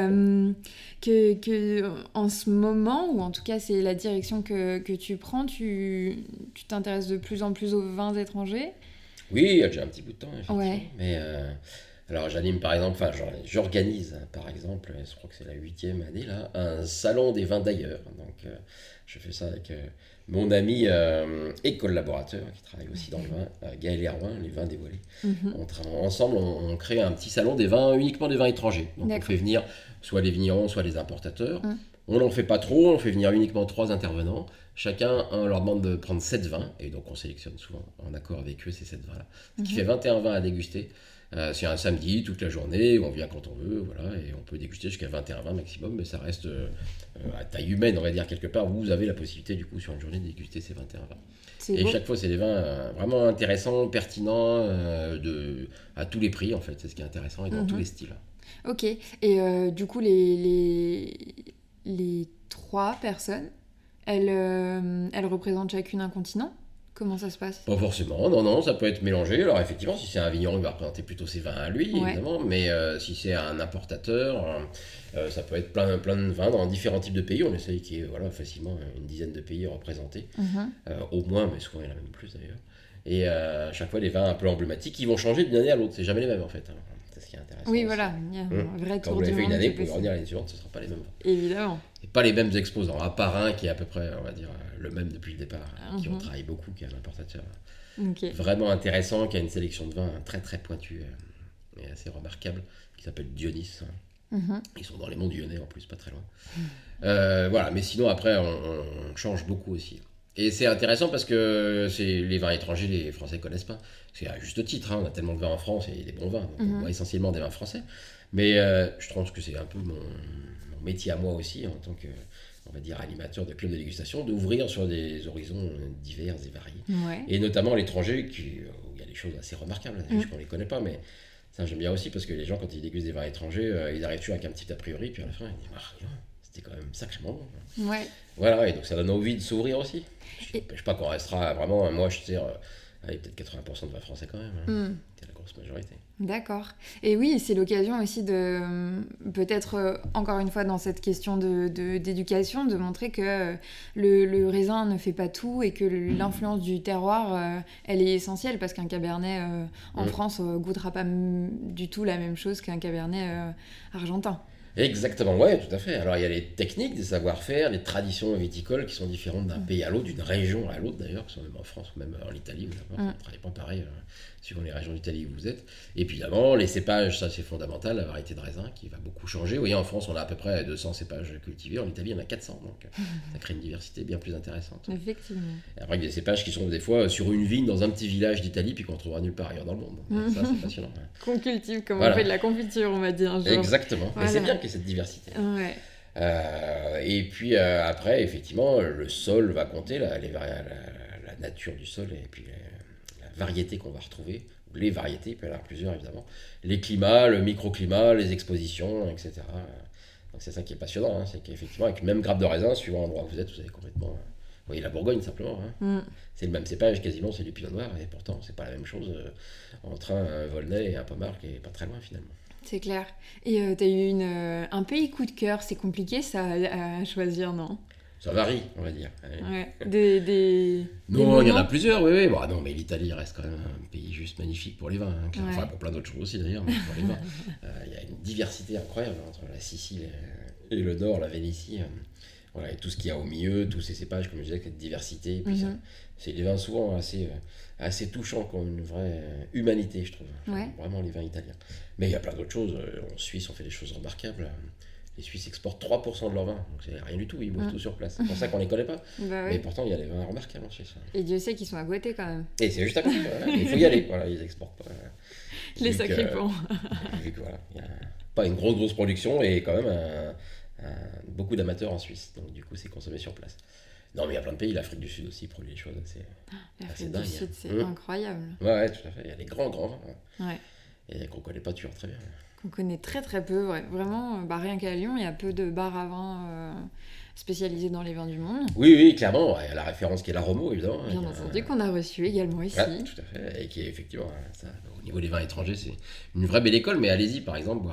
que en ce moment, ou en tout cas c'est la direction que tu prends, tu t'intéresses de plus en plus aux vins étrangers. Oui, il y a déjà un petit bout de temps, effectivement. Ouais. Mais alors, j'anime par exemple, j'organise par exemple, je crois que c'est la 8e année là, un salon des vins d'ailleurs. Donc, je fais ça avec mon ami et collaborateur qui travaille aussi dans le vin, Gaël Herouin, les vins dévoilés. Mhm. Ensemble, on crée un petit salon des vins, uniquement des vins étrangers. Donc, on D'accord. fait venir soit les vignerons, soit les importateurs. Mm. On n'en fait pas trop, on fait venir uniquement 3 intervenants. Chacun, on leur demande de prendre 7 vins, et donc on sélectionne souvent en accord avec eux ces 7 vins-là. Ce qui Mhm. fait 21 vins à déguster. C'est un samedi, toute la journée, on vient quand on veut, voilà, et on peut déguster jusqu'à 21 vins maximum, mais ça reste à taille humaine, on va dire, quelque part. Vous avez la possibilité, du coup, sur une journée, de déguster ces 21 vins. C'est Et beau. chaque fois, c'est des vins vraiment intéressants, pertinents, à tous les prix, en fait, c'est ce qui est intéressant, et dans Mhm. tous les styles. Ok. Et du coup, les 3 personnes, elles représentent chacune un continent? Comment ça se passe? Pas forcément, non, ça peut être mélangé. Alors effectivement, si c'est un vigneron, il va représenter plutôt ses vins à lui, Ouais. évidemment, mais si c'est un importateur, ça peut être plein de vins dans différents types de pays. On essaye qu'il y ait facilement une dizaine de pays représentés, Mhm. au moins, mais souvent il y en a même plus d'ailleurs. Et à chaque fois, des vins un peu emblématiques qui vont changer d'une année à l'autre. C'est jamais les mêmes en fait, hein. C'est ce qui est intéressant. Oui, aussi. voilà, il y a un vrai Quand tour vous l'avez du fait une monde année, qui vous pouvez est revenir l'année suivante, ce ne sera pas les mêmes vins. possible. Évidemment. Et pas les mêmes exposants, à part un qui est à peu près, on va dire, le même depuis le départ, qui on Mhm. travaille beaucoup, qui est un importateur Ok. vraiment intéressant, qui a une sélection de vins très très pointue et assez remarquable, qui s'appelle Dionys. Mhm. Ils sont dans les monts du Lyonnais en plus, pas très loin. Voilà, mais sinon après on change beaucoup aussi. Et c'est intéressant parce que c'est les vins étrangers, les Français connaissent pas. C'est à juste titre, hein, on a tellement de vins en France et des bons vins, donc on boit essentiellement des vins français. Mais je pense que c'est un peu mon métier à moi aussi, en tant que, on va dire, animateur de club de dégustation, d'ouvrir sur des horizons divers et variés. Ouais. Et notamment à l'étranger, où il y a des choses assez remarquables, des choses qu'on ne les connaît pas, mais ça j'aime bien aussi parce que les gens, quand ils dégustent des vins étrangers, ils arrivent toujours avec un petit a priori, puis à la fin ils disent c'était quand même sacrément bon. Ouais. Voilà, et donc ça donne envie de s'ouvrir aussi. Je Et- n'empêche pas qu'on restera vraiment, moi je sais, Allez, peut-être 80% de vin français quand même. C'est la grosse majorité. D'accord. Et oui, c'est l'occasion aussi de, peut-être encore une fois dans cette question d'éducation, de montrer que le raisin ne fait pas tout et que l'influence du terroir, elle est essentielle parce qu'un cabernet en France goûtera pas du tout la même chose qu'un cabernet argentin. Exactement, ouais, tout à fait. Alors il y a les techniques, des savoir-faire, les traditions viticoles qui sont différentes d'un pays à l'autre, d'une région à l'autre d'ailleurs, que ce soit même en France ou même en Italie, on ne travaille pas pareil suivant les régions d'Italie où vous êtes. Et puis évidemment, les cépages, ça c'est fondamental, la variété de raisin qui va beaucoup changer. Vous voyez, en France, on a à peu près 200 cépages cultivés, en Italie, il y en a 400, donc ça crée une diversité bien plus intéressante. Effectivement. Et après, il y a des cépages qui sont des fois sur une vigne dans un petit village d'Italie, puis qu'on trouvera nulle part ailleurs dans le monde. Donc, ça, c'est passionnant. Qu'on cultive comme on fait de la confiture, on va dire un jour. Exactement, mais c'est bien qu'il y ait cette diversité. Ouais. Et puis après, effectivement, le sol va compter, la nature du sol et puis la variété qu'on va retrouver, les variétés, il peut y en avoir plusieurs évidemment, les climats, le microclimat, les expositions, etc. Donc c'est ça qui est passionnant, c'est qu'effectivement, avec le même grappe de raisin, suivant l'endroit où vous êtes, vous avez complètement... Vous voyez la Bourgogne simplement, c'est le même cépage quasiment, c'est du pinot noir, et pourtant c'est pas la même chose entre un Volnay et un Pommard qui est pas très loin finalement. C'est clair. Et t'as eu un pays coup de cœur, c'est compliqué ça à choisir, non ? Ça varie, on va dire. Ouais. Non, il y en a plusieurs, oui. Bon, non, mais l'Italie reste quand même un pays juste magnifique pour les vins. Enfin, pour plein d'autres choses aussi d'ailleurs, mais pour les vins. Il y a une diversité incroyable entre la Sicile et le Nord, la Vénétie. Voilà, et tout ce qu'il y a au milieu, tous ces cépages, comme je disais, cette diversité. Et puis c'est des vins souvent assez touchants, qui ont une vraie humanité, je trouve. Vraiment les vins italiens. Mais il y a plein d'autres choses. En Suisse, on fait des choses remarquables. Les Suisses exportent 3% de leur vin, donc c'est rien du tout, ils boivent tout sur place. C'est pour ça qu'on les connaît pas. Mais pourtant, il y a des vins remarquables en Suisse. Et Dieu sait qu'ils sont à côté quand même. Et c'est juste à côté, il faut y aller, ils exportent pas. Les sacripants. Vu que il n'y a pas une grosse production et quand même beaucoup d'amateurs en Suisse, donc du coup c'est consommé sur place. Non, mais il y a plein de pays, l'Afrique du Sud aussi produit des choses assez dingues. L'Afrique du Sud, c'est incroyable. Ouais, tout à fait, il y a des grands vins. Ouais. Et qu'on connaît pas toujours très bien. Qu'on connaît très très peu, vraiment, rien qu'à Lyon, il y a peu de bars à vin spécialisés dans les vins du monde. Oui, clairement, il y a la référence qui est l'Aromo, évidemment. Bien entendu, qu'on a reçu également ici. Ouais, tout à fait, et qui est effectivement, ça, au niveau des vins étrangers, c'est une vraie belle école, mais allez-y, par exemple,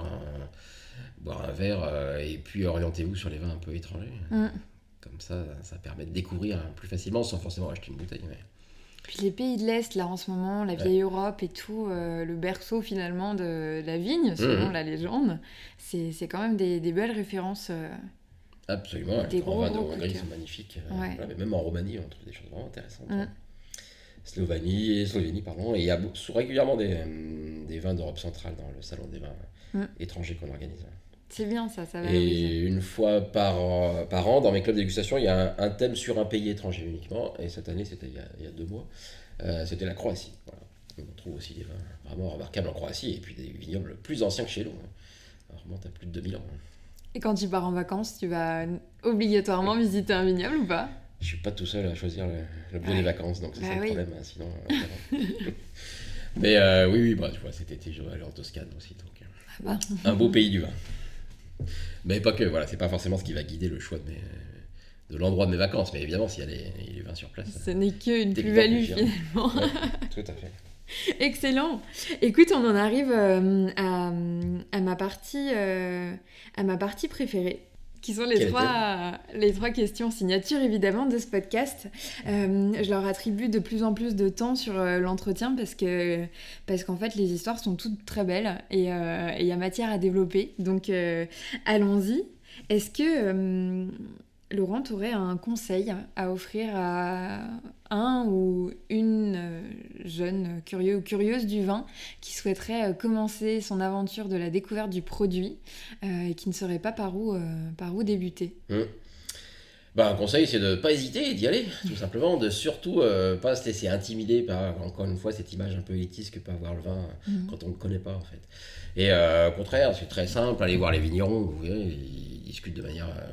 boire un verre et puis orientez-vous sur les vins un peu étrangers. Comme ça permet de découvrir plus facilement sans forcément acheter une bouteille. Puis les pays de l'Est, là, en ce moment, la vieille Europe et tout, le berceau, finalement, de la vigne, selon la légende, c'est quand même des belles références. Absolument, les grands vins de Hongrie sont magnifiques. Voilà, mais même en Roumanie, on trouve des choses vraiment intéressantes. Slovénie, pardon, et il y a régulièrement des vins d'Europe centrale dans le salon des vins étrangers qu'on organise. C'est bien ça va. Et une fois par an, dans mes clubs de dégustation, il y a un thème sur un pays étranger uniquement. Et cette année, c'était il y a 2 mois, c'était la Croatie. Voilà. On trouve aussi des vins vraiment remarquables en Croatie, et puis des vignobles plus anciens que chez nous. On remonte à plus de 2000 ans. Et quand tu pars en vacances, tu vas obligatoirement visiter un vignoble ou pas ? Je suis pas tout seul à choisir l'objet des vacances, donc c'est ça le problème. Sinon, mais oui, tu vois, cet été, je vais aller en Toscane aussi. Donc, un beau pays du vin. Mais pas que, voilà, c'est pas forcément ce qui va guider le choix de l'endroit de mes vacances, mais évidemment, s'il y a les vins sur place. Ce n'est qu'une plus-value finalement. Ouais, tout à fait. Excellent. Écoute, on en arrive à ma partie préférée, qui sont les trois questions signature évidemment de ce podcast. Je leur attribue de plus en plus de temps sur l'entretien parce qu'en fait les histoires sont toutes très belles et il y a matière à développer. Donc allons-y. Est-ce que Laurent, tu aurais un conseil à offrir à un ou une jeune curieux ou curieuse du vin qui souhaiterait commencer son aventure de la découverte du produit et qui ne saurait pas par où débuter? Un conseil, c'est de ne pas hésiter et d'y aller, tout simplement, de surtout pas se laisser intimider par, encore une fois, cette image un peu élitiste que peut avoir le vin quand on ne le connaît pas, en fait. Et au contraire, c'est très simple, allez voir les vignerons, vous verrez, ils discutent de manière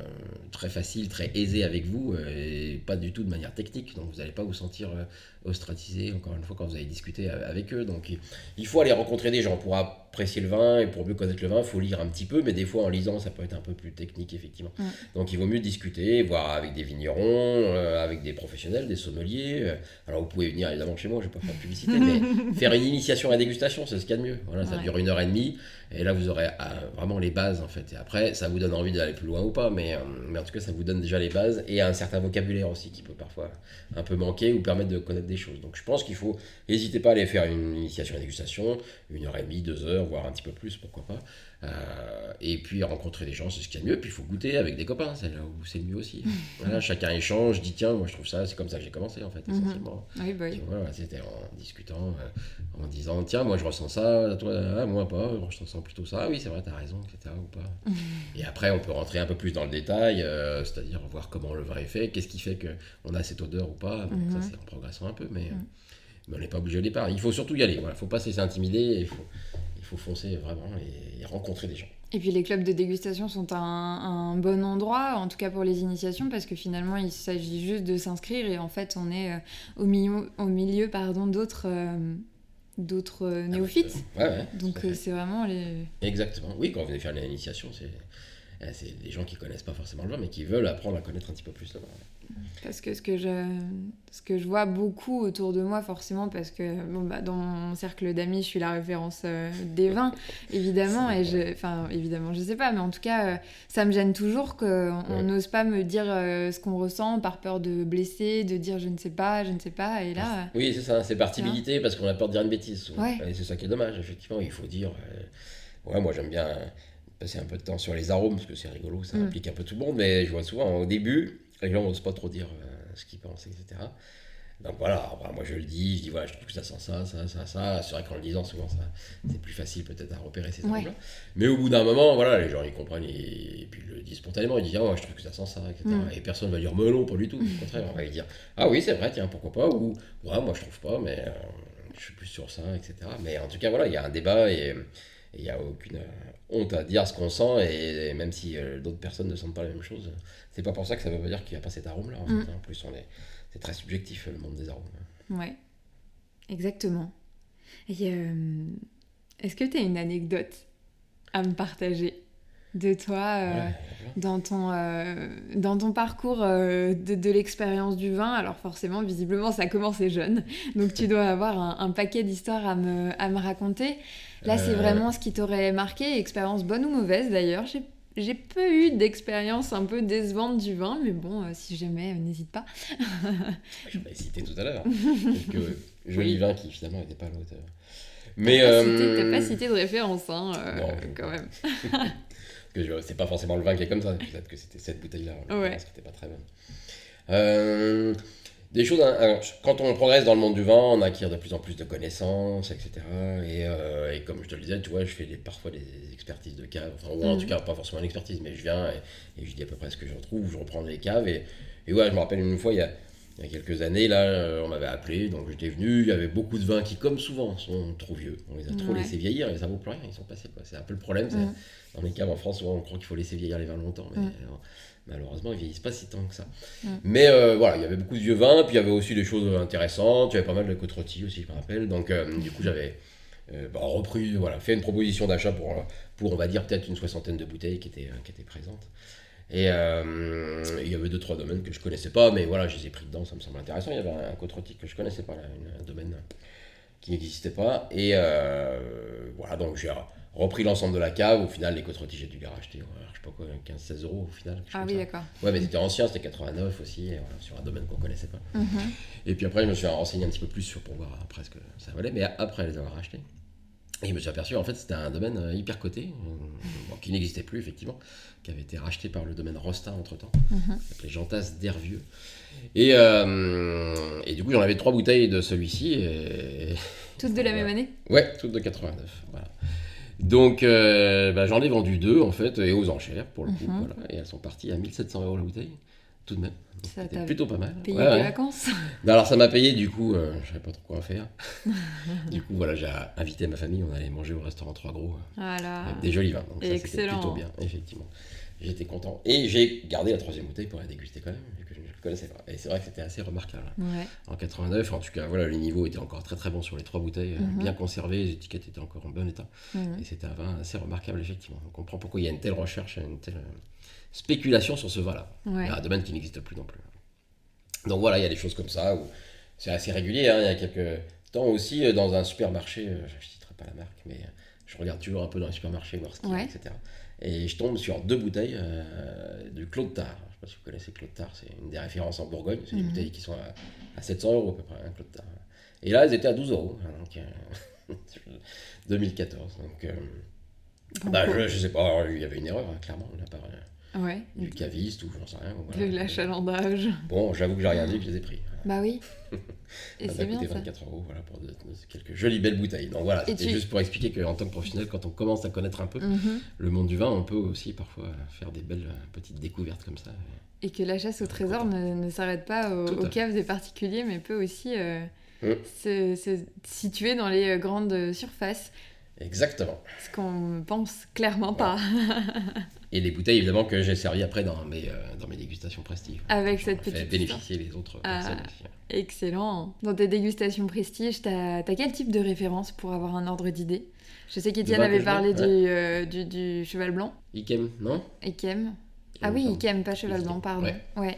très facile, très aisé avec vous, et pas du tout de manière technique. Donc vous n'allez pas vous sentir ostracisé, encore une fois, quand vous allez discuter avec eux. Donc il faut aller rencontrer des gens pour apprécier le vin, et pour mieux connaître le vin, il faut lire un petit peu, mais des fois en lisant, ça peut être un peu plus technique, effectivement. Donc il vaut mieux discuter, voir avec des vignerons, avec des professionnels, des sommeliers. Alors vous pouvez venir évidemment chez moi, je ne vais pas faire de publicité, mais faire une initiation à la dégustation, c'est ce qu'il y a de mieux. Voilà, ça dure 1h30, et là vous aurez vraiment les bases en fait. Et après, ça vous donne envie d'aller plus loin ou pas, mais en tout cas, ça vous donne déjà les bases, et un certain vocabulaire aussi qui peut parfois un peu manquer ou permettre de connaître des choses. Donc je pense qu'il faut, n'hésitez pas à aller faire une initiation à la dégustation, 1h30, 2h, voire un petit peu plus, pourquoi pas. Et puis rencontrer des gens, c'est ce qu'il y a de mieux. Puis il faut goûter avec des copains, c'est là où c'est le mieux aussi. Voilà, chacun échange, dit tiens, moi je trouve ça, c'est comme ça que j'ai commencé en fait, essentiellement. Oui. Voilà, c'était en discutant, en disant tiens, moi je ressens ça, toi, moi pas, je ressens plutôt ça, ah oui, c'est vrai, t'as raison, etc. ou pas. Et après, on peut rentrer un peu plus dans le détail, c'est-à-dire voir comment le vin est fait, qu'est-ce qui fait qu'on a cette odeur ou pas. Donc ça, c'est en progressant un peu, mais on n'est pas obligé au départ. Il faut surtout y aller, voilà, faut pas se laisser intimider, il faut foncer vraiment et rencontrer des gens. Et puis les clubs de dégustation sont un bon endroit, en tout cas pour les initiations, parce que finalement il s'agit juste de s'inscrire et en fait on est au milieu d'autres néophytes. Ouais, donc c'est vraiment les... Exactement, oui, quand vous venez faire l'initiation, c'est des gens qui connaissent pas forcément le vin, mais qui veulent apprendre à connaître un petit peu plus le vin. Parce que ce que je vois beaucoup autour de moi, forcément, parce que dans mon cercle d'amis, je suis la référence des vins, évidemment, évidemment, je sais pas, mais en tout cas, ça me gêne toujours qu'on n'ose pas me dire ce qu'on ressent par peur de blesser, de dire je ne sais pas, et là... Oui, c'est ça, c'est par timidité, parce qu'on a peur de dire une bêtise, souvent. Ouais. Et c'est ça qui est dommage, effectivement, il faut dire... moi j'aime bien passer un peu de temps sur les arômes, parce que c'est rigolo, ça implique un peu tout le monde, mais je vois souvent, au début, les gens n'osent pas trop dire ce qu'ils pensent, etc. Donc voilà, moi je le dis, je dis voilà, je trouve que ça sent ça. C'est vrai qu'en le disant, souvent, c'est plus facile peut-être à repérer ces arômes-là. Mais au bout d'un moment, voilà, les gens ils comprennent et puis ils le disent spontanément, ils disent ah, je trouve que ça sent ça, etc. Et personne ne va dire mais non, pas du tout. Au contraire, on va lui dire ah oui, c'est vrai, tiens, pourquoi pas, ou ouais, moi je trouve pas, mais je suis plus sur ça, etc. Mais en tout cas, voilà, il y a un débat et il n'y a aucune honte à dire ce qu'on sent, et même si d'autres personnes ne sentent pas la même chose, c'est pas pour ça que ça veut pas dire qu'il n'y a pas cet arôme-là. En fait. En plus, c'est très subjectif, le monde des arômes. Ouais, exactement. Et est-ce que tu as une anecdote à me partager de toi dans ton parcours de l'expérience du vin? Alors forcément, visiblement, ça a commencé jeune, donc tu dois avoir un paquet d'histoires à me raconter. Là, c'est vraiment ce qui t'aurait marqué, expérience bonne ou mauvaise d'ailleurs. J'ai peu eu d'expérience un peu décevante du vin, mais bon, si jamais, n'hésite pas. J'en ai cité tout à l'heure quelques jolis vins qui finalement n'étaient pas à la hauteur. Mais t'as pas cité de référence, hein, non, quand même. Parce que c'est pas forcément le vin qui est comme ça, peut-être que c'était cette bouteille-là, parce qui n'était pas très bonne. Des choses, quand on progresse dans le monde du vin, on acquiert de plus en plus de connaissances, etc. Et comme je te le disais, tu vois, je fais parfois des expertises de caves, ou en tout cas pas forcément une expertise, mais je viens et je dis à peu près ce que je retrouve, je reprends les caves, et ouais, je me rappelle une fois, il y a quelques années, là, on m'avait appelé, donc j'étais venu, il y avait beaucoup de vins qui, comme souvent, sont trop vieux. On les a trop laissés vieillir et ça vaut plus rien, ils sont passés, quoi. C'est un peu le problème, dans les caves en France, souvent on croit qu'il faut laisser vieillir les vins longtemps, mais malheureusement, ils vieillissent pas si tant que ça. Mais voilà, il y avait beaucoup de vieux vins, puis il y avait aussi des choses intéressantes, il y avait pas mal de côtes rôties aussi, je me rappelle, donc du coup j'avais repris, fait une proposition d'achat pour on va dire peut-être une 60aine de bouteilles qui étaient présentes. Et il y avait 2-3 domaines que je connaissais pas, mais voilà, je les ai pris dedans, ça me semble intéressant. Il y avait un côte rôti que je connaissais pas, là, un domaine qui n'existait pas. Et voilà, donc j'ai repris l'ensemble de la cave. Au final, les côtes rôtis, j'ai dû les racheter, je sais pas quoi, 15-16 € au final. Ah oui, d'accord. Ouais, mais c'était ancien, c'était 89 aussi, et voilà, sur un domaine qu'on connaissait pas. Et puis après, je me suis renseigné un petit peu plus pour voir après ce que ça valait, mais après les avoir rachetés. Et je me suis aperçu, en fait, c'était un domaine hyper coté, qui n'existait plus, effectivement, qui avait été racheté par le domaine Rosta entre-temps, qui s'appelait Jantas d'Hervieux. Et du coup, j'en avais 3 bouteilles de celui-ci. Toutes de la même année ? Ouais, toutes de 89, voilà. Donc, j'en ai vendu 2, en fait, et aux enchères, pour le coup, voilà. Et elles sont parties à 1700 € la bouteille, tout de même. C'était plutôt pas mal. Payé tes vacances ? Non, alors ça m'a payé, du coup, je savais pas trop quoi en faire. Du coup, voilà, j'ai invité ma famille, on allait manger au restaurant 3 Gros. Voilà. Avec des jolis vins, donc ça excellent. c'était plutôt bien, effectivement. J'étais content. Et j'ai gardé la 3e bouteille pour la déguster quand même, vu que je ne le connaissais pas. Et c'est vrai que c'était assez remarquable. Ouais. En 89, en tout cas, voilà, les niveaux étaient encore très très bons sur les 3 bouteilles, bien conservés, les étiquettes étaient encore en bon état. Et c'était un vin assez remarquable, effectivement. On comprend pourquoi il y a une telle recherche, une telle spéculation sur ce vin-là. Ouais. Il y a un domaine qui n'existe plus non plus. Donc voilà, il y a des choses comme ça, où c'est assez régulier. Hein. Il y a quelques temps aussi, dans un supermarché, je ne citerai pas la marque, mais je regarde toujours un peu dans les supermarchés, voir ce qu'il y a, etc. Et je tombe sur 2 bouteilles du Clos de Tard. Je ne sais pas si vous connaissez Clos de Tard, c'est une des références en Bourgogne. C'est des bouteilles qui sont à 700 € à peu près, hein, Clos de Tard. Et là, elles étaient à 12 €, hein, donc 2014. Donc, je sais pas, alors, il y avait une erreur, hein, clairement, de la part du caviste ou j'en sais rien. Voilà. De l'achalandage. Bon, j'avoue que j'ai rien dit, que je les ai pris. Bah oui. Et ça c'est m'a coûté bien 24 € voilà, pour quelques jolies belles bouteilles. Donc voilà, c'était juste pour expliquer qu'en tant que professionnel, quand on commence à connaître un peu le monde du vin, on peut aussi parfois faire des belles petites découvertes comme ça. Et que la chasse au trésor ne s'arrête pas aux caves des particuliers, mais peut aussi se situer dans les grandes surfaces. Exactement. Ce qu'on pense clairement pas. Et les bouteilles, évidemment, que j'ai servi après dans mes dégustations prestige. Avec cette petite fait bénéficier les autres personnes aussi. Excellent. Dans tes dégustations prestige, t'as quel type de référence pour avoir un ordre d'idée? Je sais qu'Étienne avait parlé du cheval blanc. Yquem, non? Yquem. Ah oui, Yquem, pas cheval blanc, pardon. Ouais.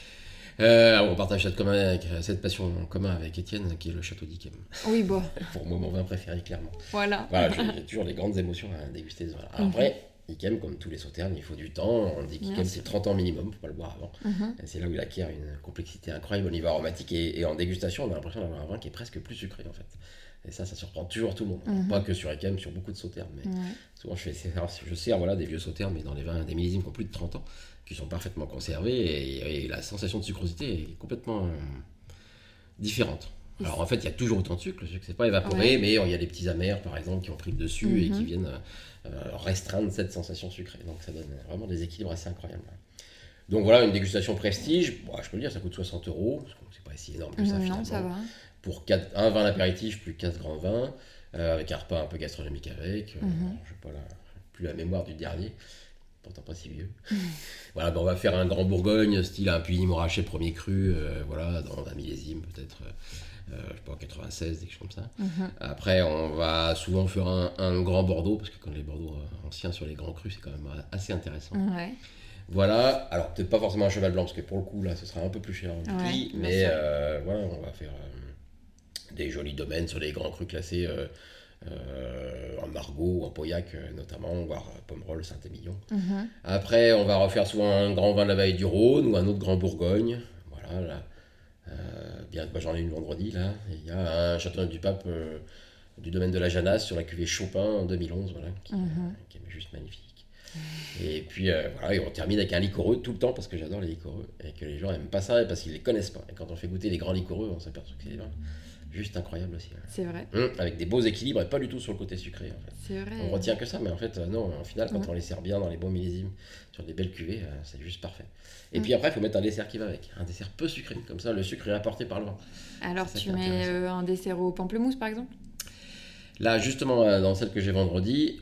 On partage cette passion en commun avec Étienne, qui est le château d'Yquem. Oui, bon. Pour moi, mon vin préféré, clairement. Voilà, j'ai toujours des grandes émotions à déguster ce vin. Après, Yquem, comme tous les sauternes, il faut du temps. On dit qu'Yquem, c'est 30 ans minimum, faut pas le boire avant. Et c'est là où il acquiert une complexité incroyable au niveau aromatique. Et en dégustation, on a l'impression d'avoir un vin qui est presque plus sucré, en fait. Et ça surprend toujours tout le monde. Pas que sur Yquem, sur beaucoup de sauternes. Mais souvent, je sers des vieux sauternes, mais dans les vins, des millésimes qui ont plus de 30 ans, qui sont parfaitement conservés. Et la sensation de sucrosité est complètement différente. Alors en fait, il y a toujours autant de sucre. Le sucre, c'est pas évaporé, mais il y a des petits amers, par exemple, qui ont pris le dessus et qui viennent restreindre cette sensation sucrée. Donc ça donne vraiment des équilibres assez incroyables. Donc voilà, une dégustation prestige, je peux le dire, ça coûte 60 €, parce que c'est pas si énorme que ça finalement. Non, ça va. Pour un vin d'apéritif, plus 4 grands vins, avec un repas un peu gastronomique avec. Je n'ai pas plus la mémoire du dernier, pourtant pas si vieux. Voilà, on va faire un grand Bourgogne, style un Puy Montrachet premier cru, dans un millésime peut-être. Je sais pas, 96, des choses comme ça. Après, on va souvent faire un grand Bordeaux, parce que quand les Bordeaux anciens sur les grands crus, c'est quand même assez intéressant. Ouais. Voilà, alors peut-être pas forcément un cheval blanc, parce que pour le coup, là, ce sera un peu plus cher en prix, mais on va faire des jolis domaines sur les grands crus classés en Margaux, en Pauillac notamment, voire Pomerol, Saint-Émilion. Après, on va refaire souvent un grand vin de la vallée du Rhône ou un autre grand Bourgogne. Voilà, là. Bien que j'en ai une vendredi là, il y a un Châteauneuf du Pape du domaine de la Janasse sur la cuvée Chopin en 2011, voilà, qui est juste magnifique. Et puis et on termine avec un liquoreux tout le temps, parce que j'adore les liquoreux et que les gens aiment pas ça parce qu'ils les connaissent pas. Et quand on fait goûter les grands liquoreux, on s'aperçoit que c'est des vins juste incroyables aussi. C'est vrai. Avec des beaux équilibres et pas du tout sur le côté sucré. En fait. C'est vrai. On retient que ça, mais en fait non. En final, quand on les sert bien dans les bons millésimes, sur des belles cuvées, c'est juste parfait. Et puis après, il faut mettre un dessert qui va avec, un dessert peu sucré, comme ça le sucre est apporté par le vin. Alors tu mets un dessert au pamplemousse par exemple? Là, justement, dans celle que j'ai vendredi,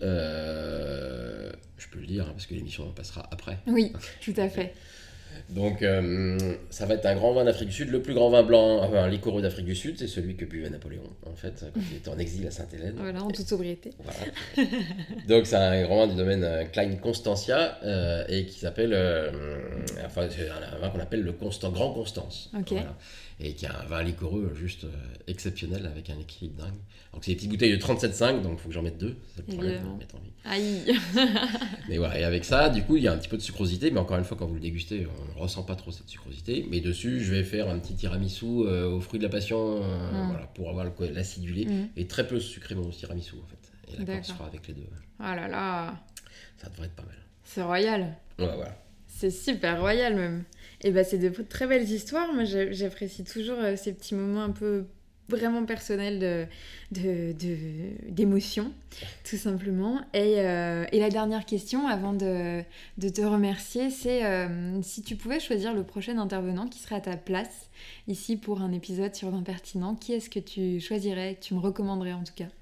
je peux le dire, parce que l'émission passera après. Oui, tout à fait. Donc, ça va être un grand vin d'Afrique du Sud, le plus grand vin blanc, un liquoreux d'Afrique du Sud, c'est celui que buvait Napoléon, en fait, quand il était en exil à Sainte-Hélène. Voilà, en toute sobriété. Voilà. Donc, c'est un grand vin du domaine Klein Constantia, et qui s'appelle, c'est un vin qu'on appelle le Grand Constance. Ok. Voilà. Et qui a un vin liquoreux juste exceptionnel, avec un équilibre dingue. Donc, c'est des petites bouteilles de 37,5, donc il faut que j'en mette 2, c'est le problème de mettre en vie. Aïe. Mais voilà, et avec ça, du coup, il y a un petit peu de sucrosité, mais encore une fois, quand vous le dégustez, on ne ressent pas trop cette sucrosité. Mais dessus, je vais faire un petit tiramisu aux fruits de la passion, voilà, pour avoir l'acidulé, et très peu sucré mon tiramisu, en fait. Et là, on se fera avec les deux. Oh là là. Ça devrait être pas mal. C'est royal. Ouais, voilà. C'est super royal, même. Et bah, c'est de très belles histoires. Moi, j'apprécie toujours ces petits moments un peu vraiment personnels d'émotion, tout simplement. Et la dernière question, avant de te remercier, c'est si tu pouvais choisir le prochain intervenant qui serait à ta place, ici pour un épisode sur Vin Pertinent, qui est-ce que tu choisirais, que tu me recommanderais en tout cas?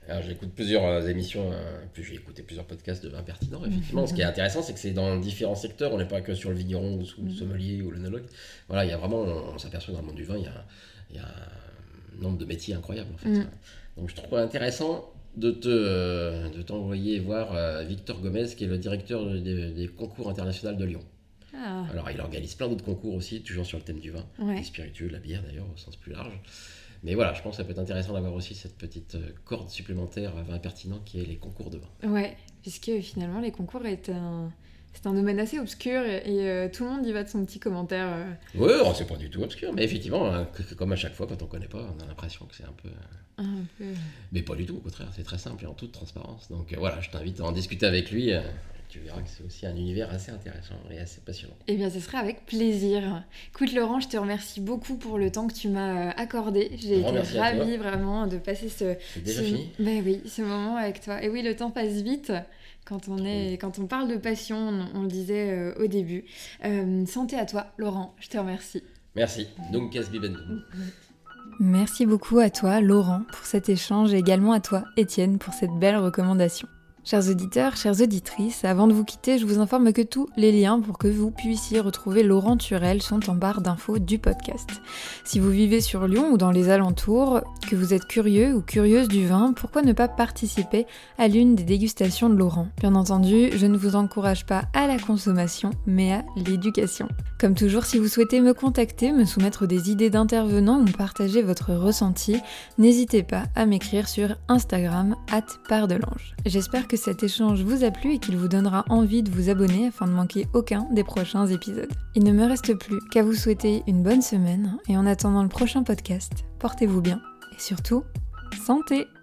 Alors, j'écoute plusieurs émissions, puis j'ai écouté plusieurs podcasts de vin pertinent, effectivement. Ce qui est intéressant, c'est que c'est dans différents secteurs, on n'est pas que sur le vigneron ou le sommelier ou l'œnologue. Voilà, il y a vraiment, on s'aperçoit dans le monde du vin, il y a un nombre de métiers incroyable en fait. Donc je trouve intéressant de t'envoyer voir Victor Gomez, qui est le directeur des concours internationaux de Lyon. Ah. Alors il organise plein d'autres concours aussi, toujours sur le thème du vin, Ouais. des spiritueux, de la bière d'ailleurs, au sens plus large. Mais voilà, je pense que ça peut être intéressant d'avoir aussi cette petite corde supplémentaire à vin pertinent qui est les concours de vin. Ouais, puisque finalement les concours c'est un domaine assez obscur et tout le monde y va de son petit commentaire. Oui, c'est pas du tout obscur, mais effectivement, comme à chaque fois, quand on connaît pas, on a l'impression que c'est un peu... Un peu... Mais pas du tout, au contraire, c'est très simple et en toute transparence. Donc voilà, je t'invite à en discuter avec lui. Tu verras que c'est aussi un univers assez intéressant et assez passionnant. Eh bien, ce serait avec plaisir. Écoute, Laurent, je te remercie beaucoup pour le temps que tu m'as accordé. J'ai été ravie vraiment de passer C'est déjà fini ? Ben oui, ce moment avec toi. Et oui, le temps passe vite quand on parle de passion, on le disait au début. Santé à toi, Laurent, je te remercie. Merci. Donc, Bibendum. Merci beaucoup à toi, Laurent, pour cet échange et également à toi, Étienne, pour cette belle recommandation. Chers auditeurs, chères auditrices, avant de vous quitter, je vous informe que tous les liens pour que vous puissiez retrouver Laurent Turel sont en barre d'infos du podcast. Si vous vivez sur Lyon ou dans les alentours, que vous êtes curieux ou curieuse du vin, pourquoi ne pas participer à l'une des dégustations de Laurent ? Bien entendu, je ne vous encourage pas à la consommation, mais à l'éducation. Comme toujours, si vous souhaitez me contacter, me soumettre des idées d'intervenants ou partager votre ressenti, n'hésitez pas à m'écrire sur Instagram @pardelange. J'espère que cet échange vous a plu et qu'il vous donnera envie de vous abonner afin de manquer aucun des prochains épisodes. Il ne me reste plus qu'à vous souhaiter une bonne semaine et en attendant le prochain podcast, portez-vous bien et surtout, santé!